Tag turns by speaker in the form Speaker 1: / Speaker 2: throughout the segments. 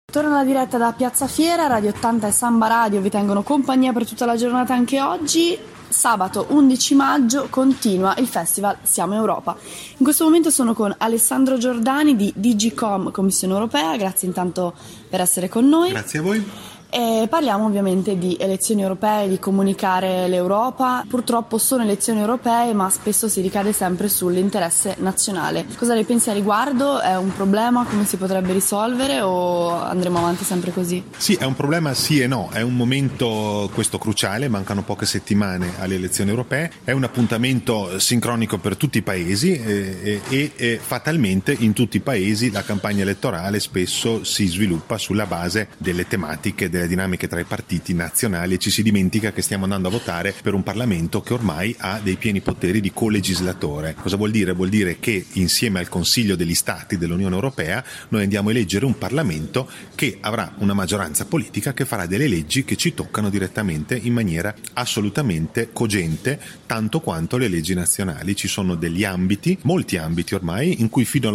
Speaker 1: Torna la diretta da Piazza Fiera, Radio 80 e Samba Radio vi tengono compagnia per tutta la giornata anche oggi. Sabato 11 maggio continua il festival Siamo Europa. In questo momento sono con Alessandro Giordani di DG Commissione Europea, grazie intanto per essere con noi.
Speaker 2: Grazie a voi.
Speaker 1: E parliamo ovviamente di elezioni europee, di comunicare l'Europa. Purtroppo sono elezioni europee, ma spesso si ricade sempre sull'interesse nazionale. Cosa ne pensi a riguardo? È un problema? Come si potrebbe risolvere o andremo avanti sempre così?
Speaker 2: Sì, è un problema sì e no. È un momento questo cruciale, mancano poche settimane alle elezioni europee. È un appuntamento sincronico per tutti i paesi e fatalmente in tutti i paesi la campagna elettorale spesso si sviluppa sulla base delle tematiche, delle dinamiche tra i partiti nazionali e ci si dimentica che stiamo andando a votare per un Parlamento che ormai ha dei pieni poteri di colegislatore. Cosa vuol dire? Vuol dire che insieme al Consiglio degli Stati dell'Unione Europea noi andiamo a eleggere un Parlamento che avrà una maggioranza politica che farà delle leggi che ci toccano direttamente in maniera assolutamente cogente, tanto quanto le leggi nazionali. Ci sono degli ambiti, molti ambiti ormai, in cui fino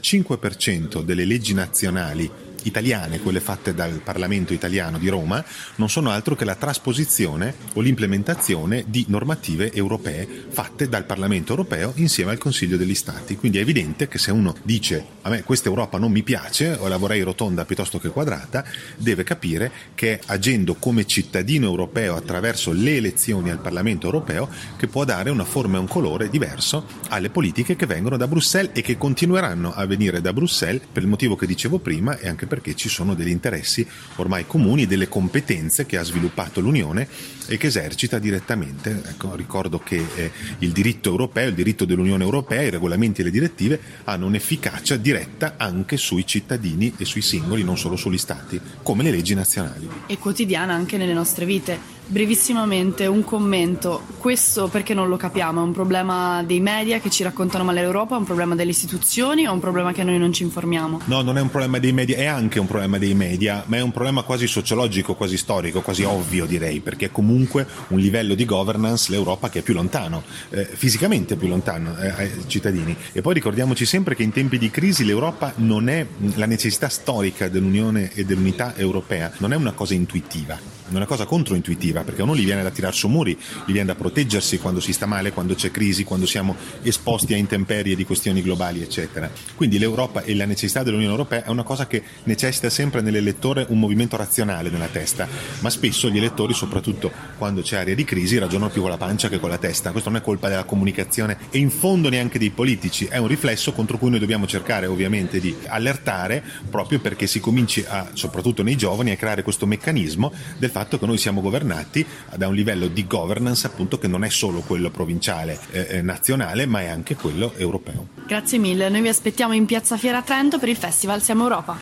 Speaker 2: all'85% delle leggi nazionali italiane, quelle fatte dal Parlamento italiano di Roma, non sono altro che la trasposizione o l'implementazione di normative europee fatte dal Parlamento europeo insieme al Consiglio degli Stati. Quindi è evidente che se uno dice a me questa Europa non mi piace o la vorrei rotonda piuttosto che quadrata, deve capire che agendo come cittadino europeo attraverso le elezioni al Parlamento europeo che può dare una forma e un colore diverso alle politiche che vengono da Bruxelles e che continueranno a venire da Bruxelles per il motivo che dicevo prima e anche perché ci sono degli interessi ormai comuni, delle competenze che ha sviluppato l'Unione e che esercita direttamente. Ecco, ricordo che il diritto europeo, il diritto dell'Unione Europea, i regolamenti e le direttive hanno un'efficacia diretta anche sui cittadini e sui singoli, non solo sugli Stati, come le leggi nazionali.
Speaker 1: E quotidiana anche nelle nostre vite. Brevissimamente un commento, questo perché non lo capiamo? È un problema dei media che ci raccontano male l'Europa, è un problema delle istituzioni o è un problema che noi non ci informiamo?
Speaker 2: No, non è un problema dei media, è anche un problema dei media, ma è un problema quasi sociologico, quasi storico, quasi ovvio direi, perché è comunque un livello di governance l'Europa che è più lontano, fisicamente più lontano ai cittadini. E poi ricordiamoci sempre che in tempi di crisi l'Europa non è, la necessità storica dell'Unione e dell'unità europea non è una cosa intuitiva, è una cosa controintuitiva, perché a uno gli viene da tirar su muri, gli viene da proteggersi quando si sta male, quando c'è crisi, quando siamo esposti a intemperie di questioni globali, eccetera. Quindi l'Europa e la necessità dell'Unione Europea è una cosa che necessita sempre nell'elettore un movimento razionale nella testa, ma spesso gli elettori, soprattutto quando c'è area di crisi, ragionano più con la pancia che con la testa. Questo non è colpa della comunicazione e in fondo neanche dei politici, è un riflesso contro cui noi dobbiamo cercare ovviamente di allertare, proprio perché si cominci soprattutto nei giovani, a creare questo meccanismo del fatto che noi siamo governati da un livello di governance appunto che non è solo quello provinciale, nazionale, ma è anche quello europeo.
Speaker 1: Grazie mille, noi vi aspettiamo in Piazza Fiera a Trento per il Festival Siamo Europa.